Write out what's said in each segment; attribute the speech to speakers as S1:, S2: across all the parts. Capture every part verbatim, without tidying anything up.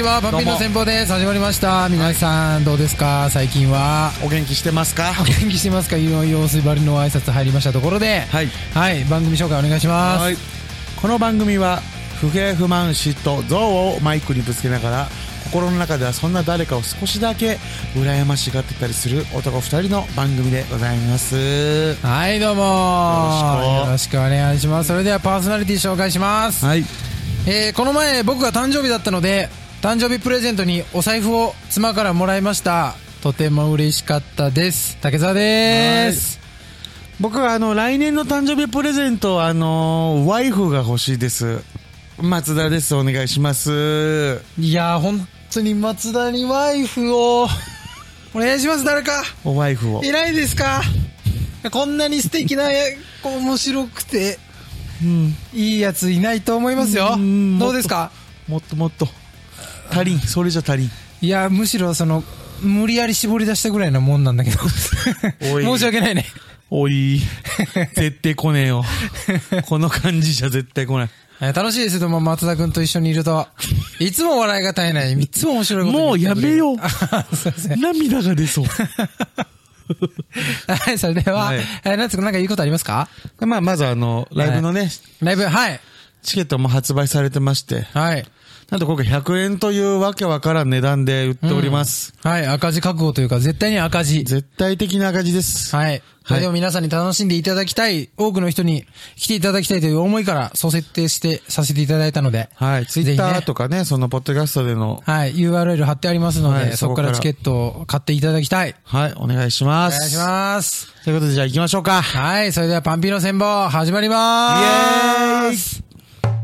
S1: は、パンピーの先方です。始まりました。皆さんどうですか、最近は。
S2: お元気してますか？
S1: お元気してますか？いよいよすばりの挨拶入りましたところで、はい、はい、番組紹介お願いします。はい、
S2: この番組は不平不満嫉妬憎悪をマイクにぶつけながら、心の中ではそんな誰かを少しだけ羨ましがってたりする男ふたりの番組でございます。
S1: はい、どうもよろしくお願いします。それではパーソナリティ紹介します。はい、えー、この前僕が誕生日だったので、誕生日プレゼントにお財布を妻からもらいました。とても嬉しかったです。竹澤です。
S2: 僕はあの来年の誕生日プレゼント、あのワイフが欲しいです。松田です。お願いします。
S1: いやー、本当に松田にワイフをお願いします。誰か
S2: おワイフを
S1: いないですか？こんなに素敵な面白くて、うん、いいやついないと思いますよ。どうですか？
S2: もっともっと足りん。それじゃ足りん。
S1: いや、むしろその無理やり絞り出したぐらいなもんなんだけど申し訳ないね。
S2: おい絶対来ねえよこの感じじゃ絶対来ない。
S1: 楽しいですよ。も松田くんと一緒にいるといつも笑いが絶えない。いつも面白いこと
S2: もうやめよう涙が出そう
S1: はい、それでは、はい、えー、なんつうか、なんか言うことありますか？
S2: まあ、まずあの、ライブのね、はい、
S1: ライブ、はい。
S2: チケットも発売されてまして、
S1: はい。
S2: なんと今回ひゃくえんというわけわからん値段で売っております。
S1: うん、はい、赤字覚悟というか、絶対に赤字。
S2: 絶対的な赤字です。
S1: はい。それでも皆さんに楽しんでいただきたい、多くの人に来ていただきたいという思いから、そう設定してさせていただいたので。
S2: はい、ツイッターとかね、ね、そのポッドキャストでの。
S1: はい、ユーアールエル 貼ってありますので、はい、そこからチケットを買っていただきたい。
S2: はい、お願いします。
S1: お願いします。
S2: ということで、じゃあ行きましょうか。
S1: はい、それではパンピーの戦法、始まりまーす。イエーイ。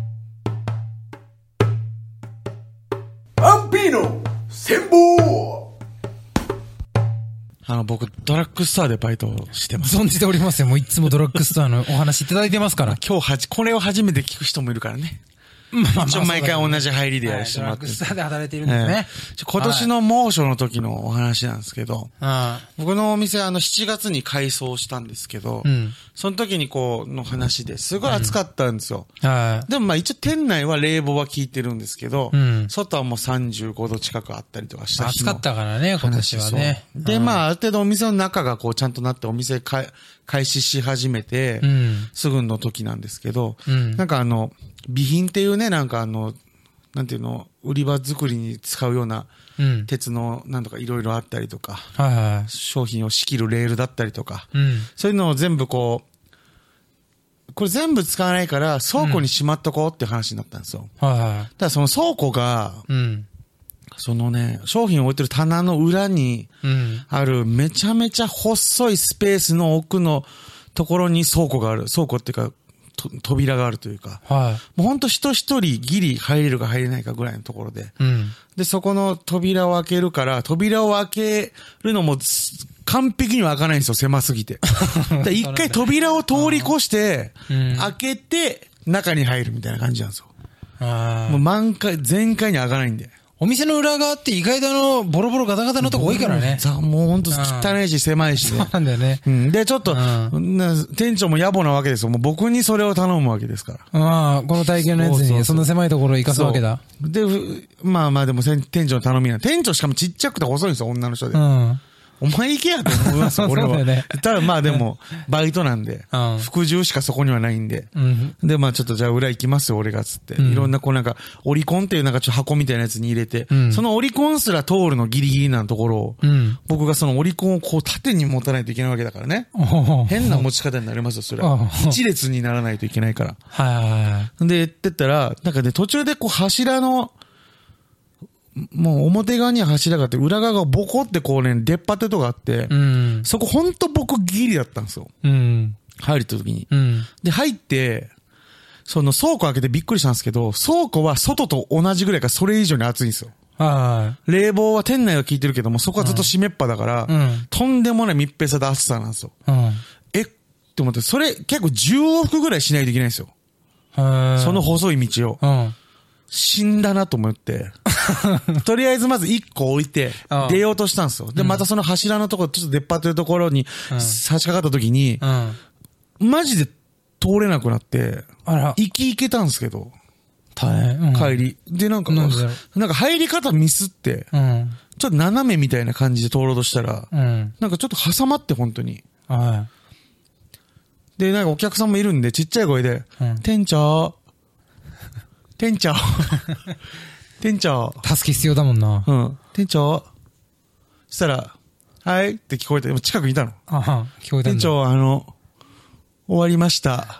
S3: パンピーの戦法。
S2: あの、僕、ドラッグストアでバイトしてます。
S1: 存じておりますよ。もういつもドラッグストアのお話いただいてますから。
S2: 今日はじ、これを初めて聞く人もいるからね。まあまあ、一応毎回同じ入りでやらせてもらって、
S1: はい、ドラッグストアで働いているんですね。
S2: えー、今年の猛暑の時のお話なんですけど、はい、僕のお店あのしちがつに改装したんですけど、うん、その時にこうの話ですごい暑かったんですよ。うん、はい、でもまあ一応店内は冷房は効いてるんですけど、うん、外はもうさんじゅうごど近くあったりとかした日の
S1: 暑かったからね、今年はね。
S2: で、まあある程度お店の中がこうちゃんとなってお店か開始し始めて、うん、すぐの時なんですけど、うん、なんかあの、備品っていうね、なんかあの、なんていうの、売り場作りに使うような、鉄のなんとかいろいろあったりとか、うん、はいはい、商品を仕切るレールだったりとか、うん、そういうのを全部こう、これ全部使わないから倉庫にしまっとこうって話になったんですよ。うん、はいはい、ただその倉庫が、うん、そのね、商品を置いてる棚の裏にあるめちゃめちゃ細いスペースの奥のところに倉庫がある。倉庫っていうか、扉があるというか、はい、もうほんと人一人ギリ入れるか入れないかぐらいのところで、うん、で、そこの扉を開けるから、扉を開けるのも完璧には開かないんですよ、狭すぎて。一回扉を通り越して、開けて中に入るみたいな感じなんですよ。もう満開、全開に開かないんで。
S1: お店の裏側って意外とあの、ボロボロガタガタのとこ多いからね。
S2: もうほんと汚いし狭いしね。
S1: そうなんだよね。
S2: うん、で、ちょっと、店長も野暮なわけですよ。もう僕にそれを頼むわけですから。
S1: ああ、この体型のやつにそんな狭いところを行かすわけだ。
S2: で、まあまあでも店長の頼みな。店長しかもちっちゃくて細いんですよ、女の人で。うん。お前行けやと思いますよ、俺は。ね、ただまあでも、バイトなんで、服従しかそこにはないんで、うん、でまあちょっとじゃあ裏行きますよ、俺がつって、うん、いろんなこうなんか、オリコンっていうなんかちょっと箱みたいなやつに入れて、うん、そのオリコンすら通るのギリギリなところを、うん、僕がそのオリコンをこう縦に持たないといけないわけだからね。変な持ち方になりますよ、それは。一列にならないといけないから。はいはいはい。で、言ってったら、なんかね、途中でこう柱の、もう表側には柱があって、裏側がボコってこうね、出っ張ってとかあって、うん、そこほんと僕ギリだったんですよ。うん、入った時に、うん。で、入って、その倉庫開けてびっくりしたんですけど、倉庫は外と同じぐらいかそれ以上に暑いんですよ。はい。冷房は店内は効いてるけども、そこはずっと湿っぱだから、うん、とんでもない密閉さで暑さなんですよ。うん、えって思って、それ結構じゅう往復ぐらいしないといけないんですよ。その細い道を。うん、死んだなと思って、とりあえずまず一個置いて、出ようとしたんですよ。で、またその柱のところ、ちょっと出っ張ってるところに差し掛かった時に、マジで通れなくなって、あら。行き行けたんですけど、
S1: 大変。うん、
S2: 帰り。で、なんか、なんか入り方ミスって、うん、ちょっと斜めみたいな感じで通ろうとしたら、うん、なんかちょっと挟まって本当に。はい。で、なんかお客さんもいるんで、ちっちゃい声で、うん、店長、店長、店長。
S1: 助け必要だもんな。
S2: うん。店長。そしたら、はいって聞こえて、近くにいたの。
S1: あは、聞こえたんだ。
S2: 店長、あの、終わりました。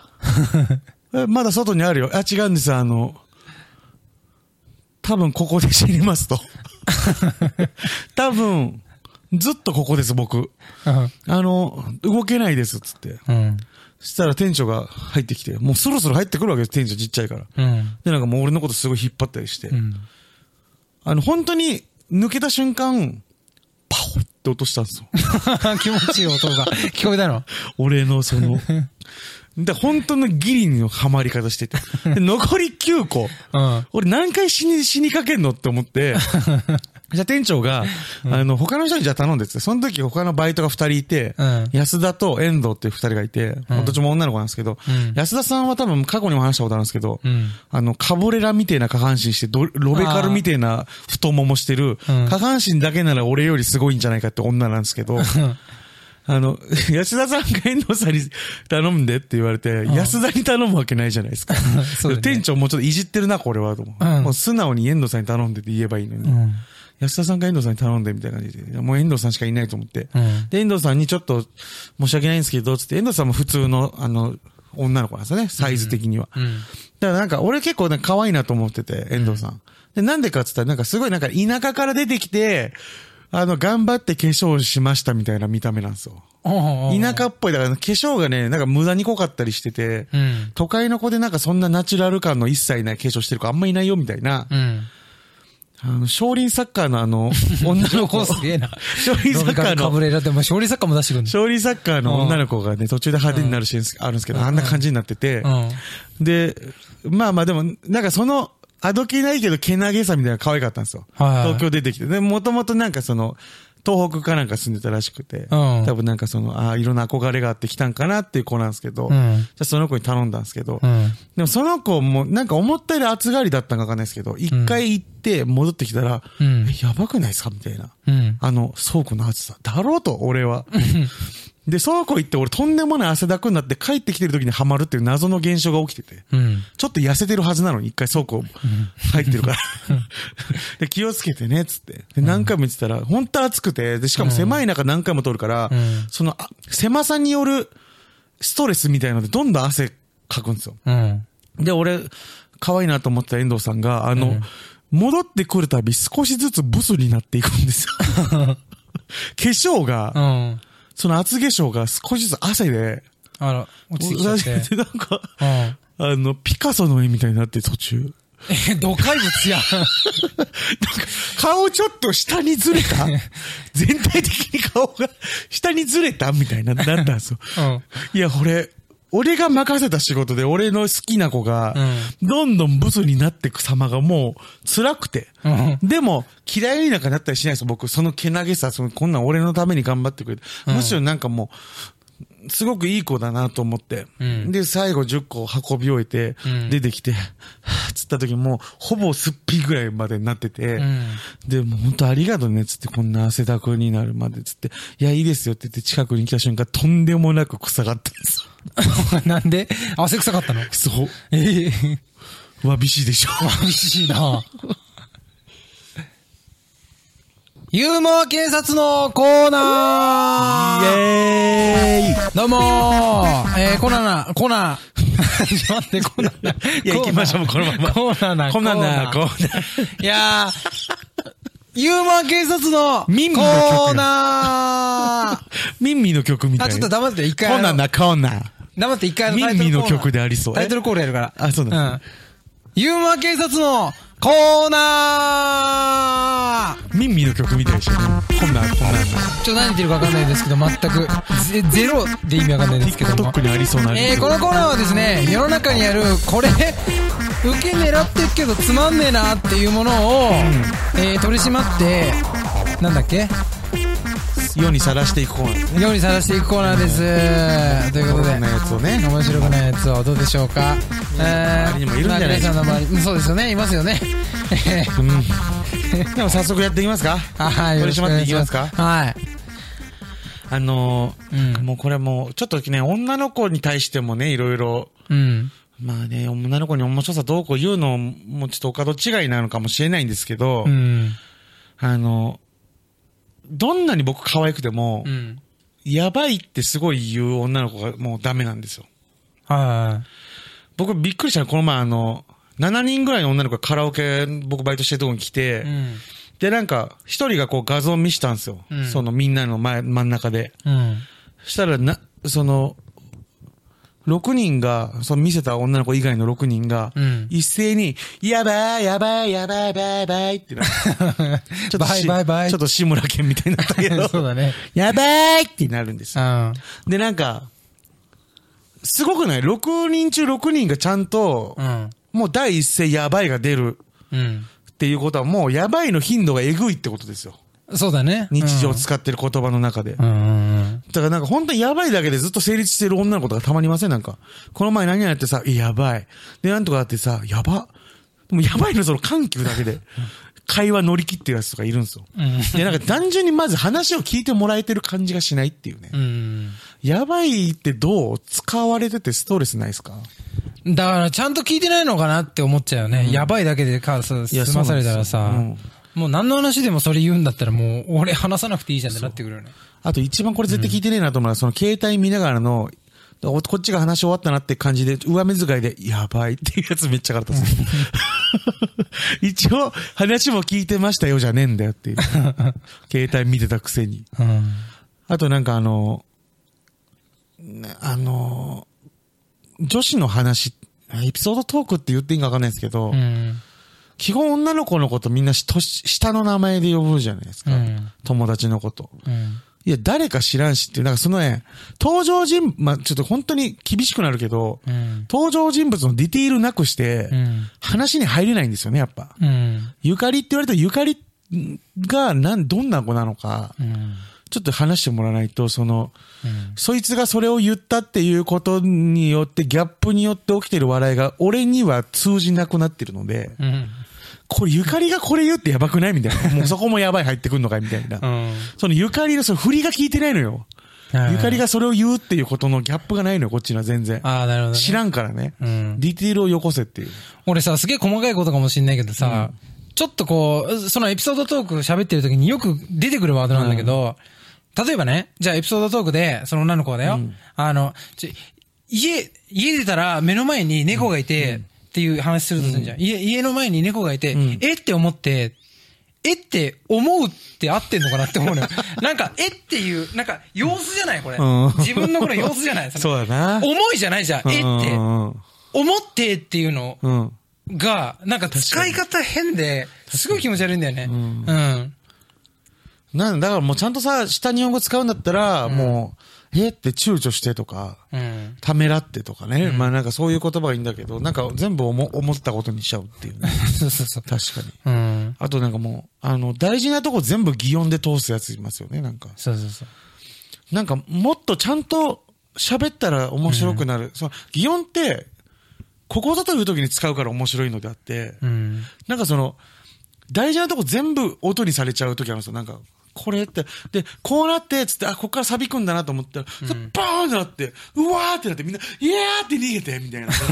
S2: まだ外にあるよ。あ、違うんです。あの、多分ここで死にますと。多分、ずっとここです、僕。あの、動けないです、つって。うん、そしたら店長が入ってきて、もうそろそろ入ってくるわけです、店長ちっちゃいから。うん、で、なんかもう俺のことすごい引っ張ったりして。うん、あの、本当に抜けた瞬間、パオッって落としたんですよ。
S1: 気持ちいい音が聞こえたの
S2: 俺のその、で、本当のギリのハマり方してて。残りきゅうこ。うん、俺何回死に、死にかけんのって思って、じゃあ店長が、うん、あの、他の人にじゃあ頼んでって、その時他のバイトがふたりいて、うん、安田と遠藤っていうふたりがいて、うん、どっちも女の子なんですけど、うん、安田さんは多分過去にも話したことあるんですけど、うん、あの、カボレラみたいな下半身して、ロベカルみたいな太ももしてる、下半身だけなら俺よりすごいんじゃないかって女なんですけど、あの、安田さんが遠藤さんに頼んでって言われて、安田に頼むわけないじゃないですか。そうね、店長もうちょっといじってるな、これは。と思う、うん、もう素直に遠藤さんに頼んでって言えばいいのに。うん、安田さんが遠藤さんに頼んでみたいな感じで、もう遠藤さんしかいないと思って。うん、で、遠藤さんにちょっと申し訳ないんですけど、つって、遠藤さんも普通の、あの、女の子なんですよね、サイズ的には。うんうん、だからなんか、俺結構ね、可愛いなと思ってて、遠藤さん。で、なんでかっつったら、なんかすごいなんか田舎から出てきて、あの、頑張って化粧しましたみたいな見た目なんですよ。田舎っぽい。だから化粧がね、なんか無駄に濃かったりしてて、うん、都会の子でなんかそんなナチュラル感の一切ない化粧してる子あんまいないよみたいな。うん、あの、少林サッカーのあの、女の子。
S1: すげえな。
S2: 少林サッカーの。
S1: かぶれらって、少林サッカーも出してくるんだ。
S2: 少林サッカーの女の子がね、途中で派手になるシーンあるんですけど、うん、あんな感じになってて、うん、で、まあまあでも、なんかその、あどけないけど、けなげさみたいな可愛かったんですよ。はいはい、東京出てきて。で、もともとなんかその、東北かなんか住んでたらしくて、うん、多分なんかその、ああ、いろんな憧れがあって来たんかなっていう子なんですけど、うん、じゃあその子に頼んだんですけど、うん、でもその子もなんか思ったより暑がりだったんかわかんないですけど、一回行って戻ってきたら、うん、え、やばくないですかみたいな、うん。あの、倉庫の暑さ。だろうと、俺は。で、倉庫行って俺とんでもない汗だくになって帰ってきてる時にハマるっていう謎の現象が起きてて、うん、ちょっと痩せてるはずなのに一回倉庫入ってるから。で、気をつけてね、つって。で、何回も言ってたら、本当暑くて、で、しかも狭い中何回も通るから、うん、その、狭さによるストレスみたいなのでどんどん汗かくんですよ。うん、で、俺、可愛いなと思った遠藤さんが、あの、うん、戻ってくるたび少しずつブスになっていくんですよ。化粧が、うんその厚化粧が少しずつ汗で、あら、落ちてきちゃって。なんか、うん、あの、ピカソの絵みたいになって途中。
S1: え、土怪物やん。なんか、
S2: 顔ちょっと下にずれた全体的に顔が下にずれたみたいな、なったんですよ。うん、いや、これ、俺が任せた仕事で俺の好きな子が、どんどんブスになっていく様がもう辛くて。うん、でも、嫌いになんかなったりしないですよ。僕、そのけなげさ、そのこんなん俺のために頑張ってくれて。うん、むしろなんかもう、すごくいい子だなと思って。うん、で、最後じゅっこ運び終えて、出てきて、うん、はぁ、つった時もう、ほぼすっぴーぐらいまでになってて、うん、で、もう本当ありがとうね、つって、こんな汗だくになるまで、つって、いや、いいですよって言って近くに来た瞬間、とんでもなく臭かったんですよ。
S1: なんで汗臭かったの？
S2: そう。ええー。わびしいでしょ。
S1: わびしいな。ユーモア警察のコーナーイェーイどうもーえー、コナナ、コナー。ちょっと待って、コナナ。
S2: いや、行きましょう、このまま。
S1: コナナ、
S2: コナナ、コナナ。
S1: いやー、ユーモア警察のコーナー
S2: ミンミの曲みたいな。
S1: あ、ちょっと黙って一回。
S2: コナナ、コナナ。
S1: 黙って一回のタイトルコーナー。
S2: ミンミの曲でありそう。
S1: タイトルコールやるから。
S2: あ、そうだ、ね。
S1: うん。ユーモア警察のコーナー
S2: ミンミの曲みたいでしょ。コナナ、コナナ。
S1: ちょっと何言ってるかわかんないんですけど、全くゼ、ゼロで意味わかんないんですけども。
S2: TikTok にありそうな。
S1: えー、このコーナーはですね、世の中にある、これ、受け狙ってるけどつまんねえなっていうものを、うん、えー、取り締まって、なんだっけ
S2: 世にさらしていくコーナーですね。
S1: 世にさらしていくコーナーです。ということで、
S2: 面白くないやつをね、
S1: 面白くないやつをどうでしょうか。
S2: えー、周りにもいるんじゃないですか。
S1: そうですよね、いますよね。
S2: うん、でも早速やっていきますか。
S1: はい、
S2: 取り締まっていきますか。
S1: はい。
S2: あのー、うん、もうこれもうちょっとね、女の子に対してもね、いろいろ、うん、まあね、女の子に面白さどうこう言うのもちょっとお門違いなのかもしれないんですけど、うん、あの、どんなに僕可愛くても、うん、やばいってすごい言う女の子がもうダメなんですよ。はい。僕びっくりしたの、この前あの、しちにんぐらいの女の子がカラオケ、僕バイトしてるとこに来て、うん、で、なんか、一人がこう画像見したんですよ。うん、そのみんなの前、真ん中で。うん、したらな、その、ろくにんが、その見せた女の子以外のろくにんが、うん、一斉に、やばい、やばい、やばい、バイバイってなる。ちょっとバイバイバイ。ちょっと志村けんみたいになったけど。そうだね。やばいってなるんです。うん、で、なんか、すごくない ?ろくにん中ろくにんがちゃんと、うん、もう第一声やばいが出る。うん、っていうことはもうやばいの頻度がえぐいってことですよ。そうだね。日常使ってる言葉の中で。うん、だからなんか本当にやばいだけでずっと成立してる女の子とかたまにいません？なんか。この前何々ってさ、やばい。で、なんとかあってさ、やば。でもやばいのその緩急だけで、会話乗り切ってるやつとかいるんですよ。うん、で、なんか単純にまず話を聞いてもらえてる感じがしないっていうね。うん、やばいってどう使われててストレスないですか？だからちゃんと聞いてないのかなって思っちゃうよね。うん、やばいだけでか、済まされたらさ。もう何の話でもそれ言うんだったらもう俺話さなくていいじゃんってなってくるよね。あと一番これ絶対聞いてねえなと思うのは、うん、その携帯見ながらの、こっちが話終わったなって感じで、上目遣いで、やばいっていうやつめっちゃ腹立つ。一応、話も聞いてましたよじゃねえんだよっていう。携帯見てたくせに。うん、あとなんかあの、あの、女子の話、エピソードトークって言っていいかわかんないですけど、うん、基本女の子のことみんな下の名前で呼ぶじゃないですか。うん、友達のこと。うん、いや、誰か知らんしっていう、なんかそのね、登場人物、まあ、ちょっと本当に厳しくなるけど、うん、登場人物のディティールなくして、うん、話に入れないんですよね、やっぱ。うん、ゆかりって言われたらゆかりがなん、どんな子なのか、うん、ちょっと話してもらわないと、その、うん、そいつがそれを言ったっていうことによって、ギャップによって起きてる笑いが、俺には通じなくなってるので、うん、これゆかりがこれ言ってやばくないみたいな。もうそこもやばい入ってくんのかいみたいな。うん、そのゆかりのその振りが効いてないのよ。ゆかりがそれを言うっていうことのギャップがないのよ、こっちには全然。ああ、なるほど、ね。知らんからね。うん、ディティールをよこせっていう。俺さ、すげえ細かいことかもしんないけどさ、うん、ちょっとこう、そのエピソードトーク喋ってる時によく出てくるワードなんだけど、うん、例えばね、じゃあエピソードトークで、その女の子だよ。うん、あの、ち家、家出たら目の前に猫がいて、うんっていう話するとするじゃん。うん、家、家の前に猫がいて、うん、えって思って、えって思うって合ってんのかなって思うのよ。なんか、えっていう、なんか、様子じゃないこれ。うん、自分のこれ様子じゃないそうだな。思いじゃないじゃん。えって。思ってっていうのが、なんか使い方変で、すごい気持ち悪いんだよね。うん。うん、なんだからもうちゃんとさ、下日本語使うんだったら、うん、もう、えって躊躇してとか、うん、ためらってとかね、うん。まあなんかそういう言葉がいいんだけど、なんか全部思、思ったことにしちゃうっていうね。そうそうそう。確かに。うん。あとなんかもう、あの、大事なとこ全部擬音で通すやついますよね、なんか。そうそうそう。なんかもっとちゃんと喋ったら面白くなる。うん、その擬音って、ここぞという時に使うから面白いのであって、うん、なんかその、大事なとこ全部音にされちゃう時あるんですよ、なんか。これって。で、こうなって、つって、あ、こっからサビくんだなと思ったら、うん、バーンってなって、うわーってなって、みんな、イエーって逃げて、みたいな。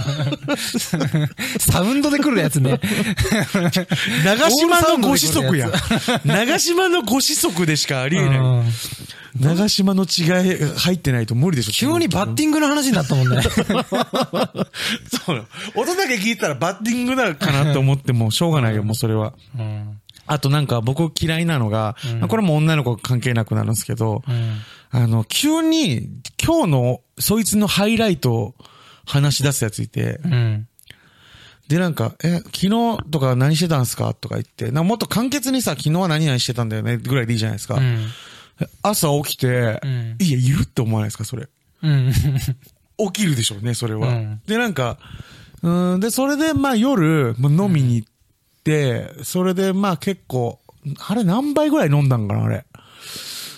S2: サウンドで来るやつね。長島のご子息や。長島のご子息でしかありえない。長島の違い入ってないと無理でしょ。急にバッティングの話になったもんね。そうよ。音だけ聞いたらバッティングだかなと思ってもしょうがないよ、もうそれは。うんあとなんか僕嫌いなのが、うん、これも女の子関係なくなるんですけど、うん、あの、急に今日のそいつのハイライトを話し出すやついて、うん、でなんか、え、昨日とか何してたんすかとか言って、なんかもっと簡潔にさ、昨日は何々してたんだよねぐらいでいいじゃないですか。うん、朝起きて、うん、いや、言うって思わないですか、それ。うん、起きるでしょうね、それは。うん、で、なんか、うん、で、それでまあ夜、飲みに行って、で、それでまあ結構、あれ何杯ぐらい飲んだんかな、あれ。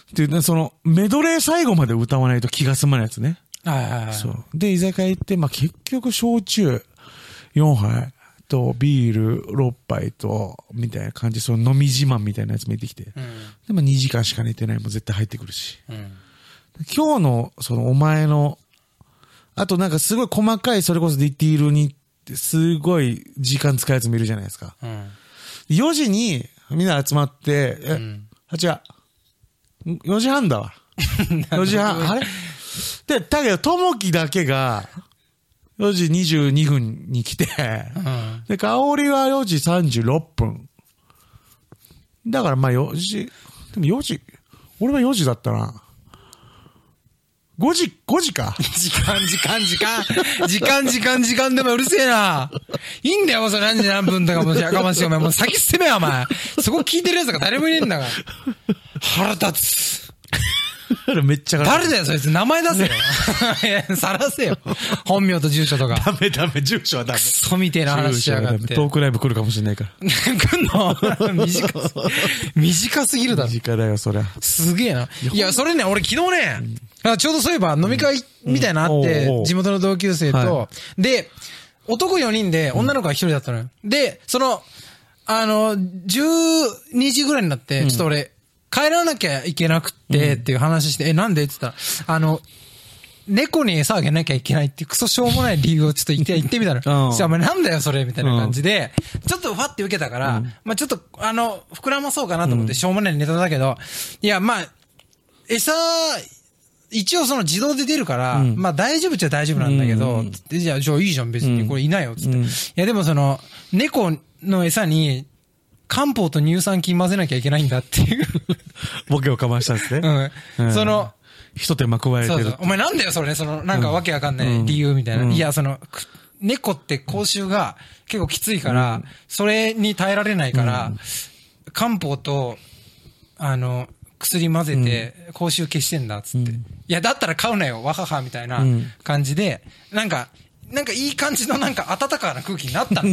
S2: で、その、メドレー最後まで歌わないと気が済まないやつね。
S1: はいはいはい。
S2: そう。で、居酒屋行って、まあ、結局、焼酎よんはいと、ビールろっぱいと、みたいな感じ、その飲み自慢みたいなやつも出てきて。うん、でもにじかんしか寝てないも絶対入ってくるし。うん、今日の、その、お前の、あとなんかすごい細かい、それこそディティールに、すごい時間使うやつもいるじゃないですか。うん、よじに、みんな集まって、え、うん、あ、違う。よじはんだわ。よじはん、あれで、だけど、ともきだけが、よじにじゅうにふんに来て、うん、で、かおりはよじさんじゅうろっぷん。だからまあよじ、でもよじ、俺はよじだったな。ごじ、ごじか。
S1: 時間、時間、時間。時間、時間、時間でもうるせえな。いいんだよ、もうそれ何時何分とかもやかましいお前。もう先進めよ、お前。そこ聞いてる奴が誰もいねえんだから。腹立つ。
S2: めっちゃ
S1: 誰だよ、そいつ。名前出せよ。さらせよ。本名と住所とか。
S2: ダメダメ、住所はダメ。
S1: クソみてえな話しやがって。
S2: トークライブ来るかもしれないから。
S1: 来んの短す、短すぎるだろ。
S2: 短だよ、そりゃ。
S1: すげえな。いや、それね、俺昨日ね、うん、ちょうどそういえば飲み会みたいなのあって、うんうん、地元の同級生と、はい、で、男よにんで女の子がひとりだったのよ。で、その、あの、じゅうにじぐらいになって、ちょっと俺、帰らなきゃいけなくってっていう話して、うん、え、なんでって言ったら、あの、猫に餌あげなきゃいけないっていうクソしょうもない理由をちょっと言って言ってみたら、そしたらお前なんだよそれみたいな感じで、ちょっとファって受けたから、うん、まあちょっとあの、膨らまそうかなと思ってしょうもないネタだけど、いやまあ、餌、一応その自動で出るから、うん、まあ大丈夫っちゃ大丈夫なんだけど、つってじゃあ、じゃあいいじゃん別にこれいないよつって。うん、いやでもその、猫の餌に、漢方と乳酸菌混ぜなきゃいけないんだっていう
S2: ボケをかましたんですね。
S1: うん。その、
S2: 一手間加えてる。そうそう。
S1: お前なんだよそれね、その、なんかわけわかんない理由みたいな。うん、いや、その、猫って口臭が結構きついから、うん、それに耐えられないから、うん、漢方と、あの、薬混ぜて口臭消してんだっつって。うん、いや、だったら買うなよ、わははみたいな感じで、なんか、なんかいい感じのなんか温かな空気になったの。うん、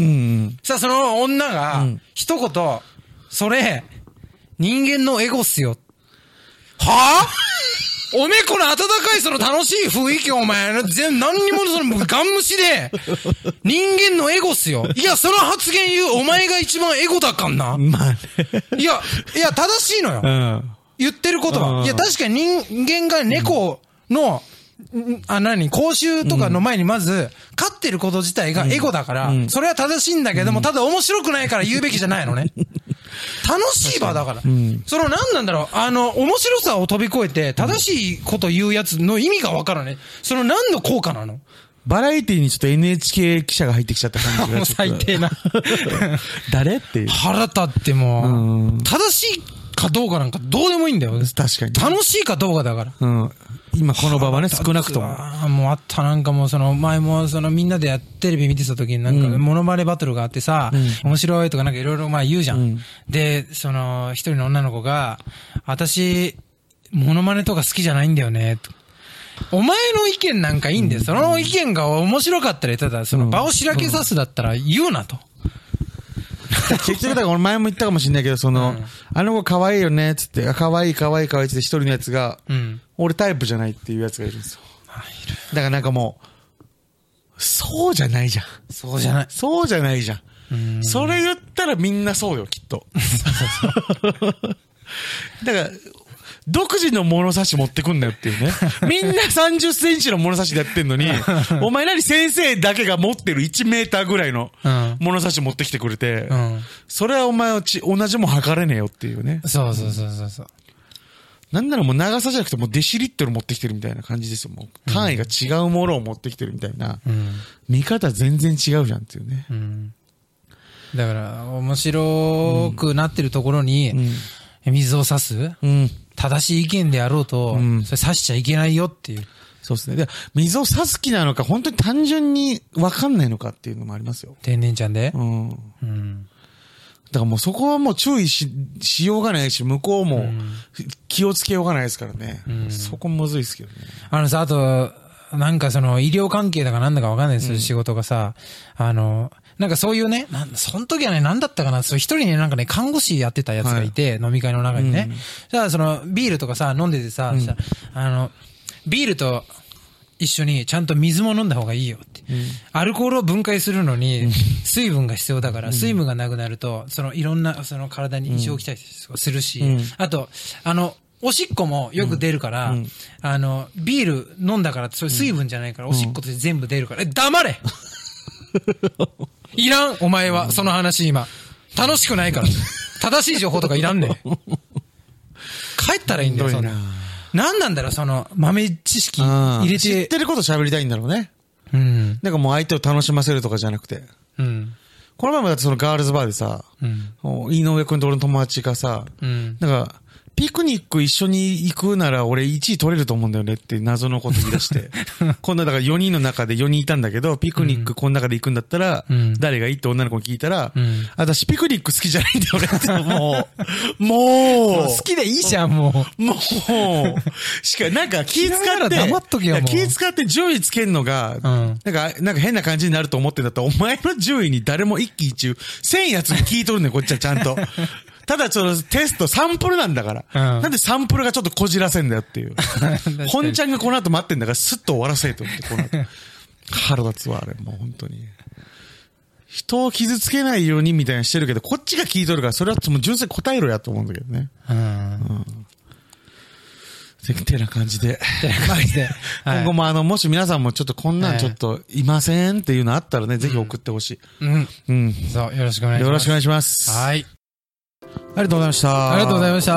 S1: さあその女が、一言、それ、人間のエゴっすよ。はぁ、おめえこの温かいその楽しい雰囲気お前、全、何にもそのガン無視で、人間のエゴっすよ。いや、その発言言うお前が一番エゴだかんな。まあね。いや、いや、正しいのよ。うん、言ってることは。いや、確かに人間が猫の、あ、何口臭とかの前にまず、飼ってること自体がエゴだから、それは正しいんだけども、ただ面白くないから言うべきじゃないのね。楽しい場だから。その何なんだろう、あの、面白さを飛び越えて、正しいこと言うやつの意味がわからない。その何の効果なの？
S2: バラエティにちょっと エヌエイチケー 記者が入ってきちゃった感じが。
S1: もう最低な。
S2: 誰っていう。
S1: 腹立ってもう、正しいかどうかなんかどうでもいいんだよ。
S2: 確かに。
S1: 楽しいかどうかだから。うん。
S2: 今この場はね、少なくとも。
S1: もうあったなんかもうその前もそのみんなでやテレビ見てた時になんかモノマネバトルがあってさ、うん、面白いとかなんかいろいろまあ言うじゃん。うん、で、その一人の女の子が、私、モノマネとか好きじゃないんだよね。お前の意見なんかいいんだよ。その意見が面白かったら、ただその場をしらけさすだったら言うなと。
S2: 結局だから俺前も言ったかもしれないけど、その、うん、あの子可愛いよね、つって、可愛い可愛い可愛いって一人のやつが、うん、俺タイプじゃないっていうやつがいるんですよ。だからなんかもう、そうじゃないじゃん。
S1: そうじゃない。
S2: そうじゃないじゃん。うんそれ言ったらみんなそうよ、きっと。だから、独自の物差し持ってくんだよっていうね。みんなさんじゅっセンチの物差しでやってんのに、お前何先生だけが持ってるいちメーターぐらいの物差し持ってきてくれて、うん、それはお前はち同じもん測れねえよっていうね。
S1: そうそうそうそうそう。
S2: なんならもう長さじゃなくてもうデシリットル持ってきてるみたいな感じですよ。もう単位が違うものを持ってきてるみたいな。うん、見方全然違うじゃんっていうね。うん、
S1: だから面白くなってるところに水を差す、うん、正しい意見であろうと、うん、それ差しちゃいけないよっていう。
S2: そうですね。で、水を差す気なのか、本当に単純に分かんないのかっていうのもありますよ。
S1: 天然ちゃんで。
S2: うん。うん。だからもうそこはもう注意し、しようがないし、向こうも気をつけようがないですからね。うん、そこむずいですけどね。
S1: あのさ、あと、 なんかその医療関係だかなんだかわかんないですよ、うん、仕事がさ、あの、なんかそういうね、なんその時はね、なんだったかな、そう一人ね、なんかね、看護師やってたやつがいて、はい、飲み会の中にね。うん、じゃあその、ビールとかさ、飲んでてさ、うん、あの、ビールと一緒にちゃんと水も飲んだ方がいいよって。うん、アルコールを分解するのに、水分が必要だから、うん、水分がなくなると、そのいろんな、その体に異常をきたりするし、うん、あと、あの、おしっこもよく出るから、うん、あの、ビール飲んだから、それ水分じゃないから、うん、おしっこと全部出るから、え、黙れいらんお前は、その話今。楽しくないから。正しい情報とかいらんねん。帰ったらいいんだよ、そんな。なんなんだろう、その、豆知識入れて。
S2: 知ってること喋りたいんだろうね。
S1: うん。
S2: なんかもう相手を楽しませるとかじゃなくて。
S1: うん。
S2: この前もだってそのガールズバーでさ、うん、井上くんと俺の友達がさ、うん、なんか、ピクニック一緒に行くなら俺いちい取れると思うんだよねって謎のこと言い出して。こんなだからよにんの中でよにんいたんだけど、ピクニックこの中で行くんだったら、誰がいいって女の子に聞いたら、うん、私ピクニック好きじゃないんだよねって、もう、もう、
S1: 好きでいいじゃん、もう。
S2: もう、しか、なんか気使って、
S1: 黙っとけよ、もう。
S2: 気使って順位つけるのが、うん、なんか、なんか変な感じになると思ってんだったら、お前の順位に誰も一喜一憂、せんやつに聞いとるねん、こっちはちゃんと。ただそのテストサンプルなんだから、うん。なんでサンプルがちょっとこじらせんだよっていう。本ちゃんがこの後待ってんだからスッと終わらせと思って、この後。腹立つわ、あれ、もう本当に。人を傷つけないようにみたいにしてるけど、こっちが聞いとるから、それはもう純粋に答えろやと思うんだけどね。うん。うんてな感じで。
S1: てな感じで。
S2: 今後もあの、もし皆さんもちょっとこんなんちょっといませんっていうのあったらね、ぜひ送ってほしい。
S1: うん。うん。そう、よろしくお願いします。
S2: よろしくお願いします。
S1: はい。
S2: ありがとうございました。
S1: ありがとうございました。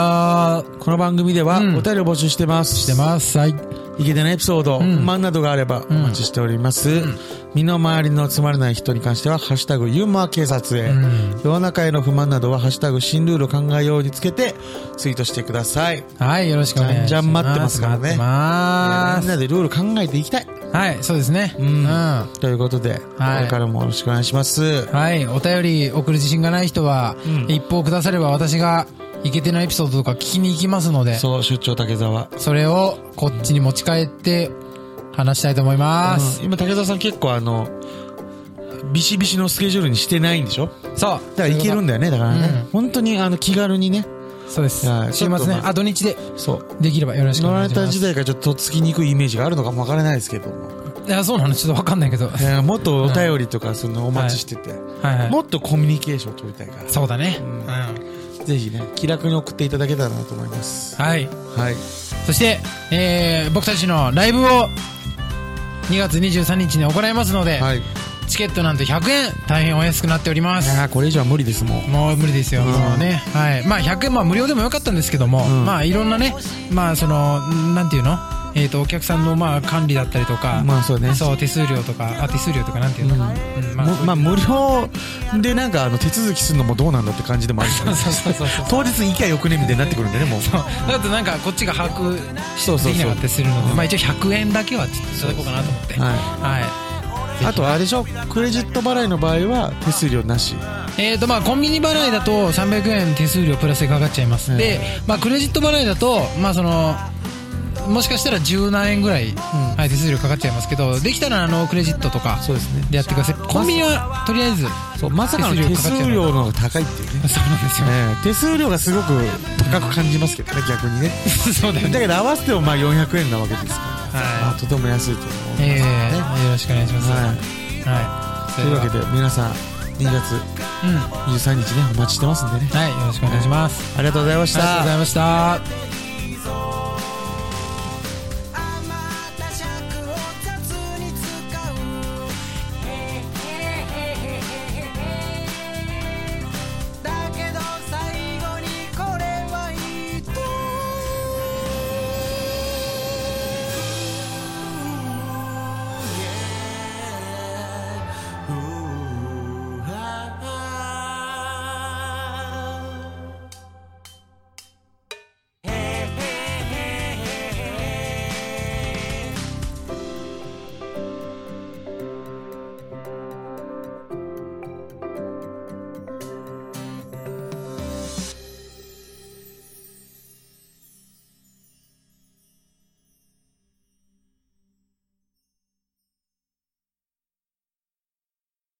S2: この番組ではお便りを募集してます。
S1: してます。はい。
S2: いけてないエピソード、不満などがあればお待ちしております。身の回りのつまらない人に関しては、ハッシュタグユーモア警察へ。世の中への不満などは、ハッシュタグ新ルールを考えようにつけてツイートしてください。
S1: はい、よろしくお願いします。
S2: じゃんじゃん待ってますからね。
S1: 待ってます。
S2: みんなでルール考えていきたい。
S1: はい、そうですね。
S2: うん。うん、ということで、はい、これからもよろしくお願いします。
S1: はい、お便り送る自信がない人は、うん、一報くだされば私が、いけてないエピソードとか聞きに行きますので。
S2: そう、出張竹澤。
S1: それをこっちに持ち帰って話したいと思います。
S2: うん、今竹澤さん結構あの、ビシビシのスケジュールにしてないんでしょ？
S1: そう。
S2: だから行けるんだよね、だからね。うん、本当にあの気軽にね。
S1: そうです。週末ね。あ、土日で。
S2: そう。
S1: できればよろしくお願いします。
S2: 乗られた時代からちょっととっつきにくいイメージがあるのかもわからないですけども。
S1: いや、そうなのちょっとわかんないけど。
S2: いや、もっとお便りとかそのお待ちしてて。はいはい。もっとコミュニケーション取りたいから。
S1: そうだね。うん。
S2: うん、ぜひね、気楽に送っていただけたらなと思います。
S1: はい。
S2: はい。
S1: そして、えー、僕たちのライブをにがつにじゅうさんにちに行いますので、はい、チケットなんとひゃくえん、大変お安くなっております。
S2: いやこれ以上は無理ですもん。
S1: もう無理ですよ、うん、もうね。はい。まあひゃくえん、まあ無料でもよかったんですけども、うん、まあいろんなね、まあその、なんていうのえっ、ー、と、お客さんのまあ管理だったりとか、
S2: まあそうね。
S1: そう、手数料とか、あ、手数料とかなんていうの、うん
S2: うん、まあ、まあ無料でなんかあの手続きするのもどうなんだって感じでもあるから、ね、そうそうそうそう。当日行きゃよくねみたいになってくるんでね、もう。
S1: そう。だってなんかこっちが把握できなかったりするので、まあ一応ひゃくえんだけはちょっといただこうかなと思って。はい。はい。
S2: あとあれでしょ、クレジット払いの場合は手数料なし。
S1: えーとまあコンビニ払いだとさんびゃくえん手数料プラスでかかっちゃいます。で、まあクレジット払いだとまあそのもしかしたら十何円ぐらい、うんはい、手数料かかっちゃいますけど、できたらあのクレジットとかでやってください。コンビニはとりあえず
S2: そうまさかの手数料の方が高いっていうね。
S1: そうなんですよ、
S2: ね、手数料がすごく高く感じますけどね、逆にね。
S1: そうだよね。
S2: だけど合わせてもまあよんひゃくえんなわけですから、はいまあ、とても安いと思う、ね。
S1: えー、よろしくお願いします。はい、
S2: はい、というわけで皆さんにがつにじゅうさんにちねお待ちしてますんでね。
S1: はい、よろしくお願いします。
S2: はい、ありがとうございました。
S1: ありがとうございました。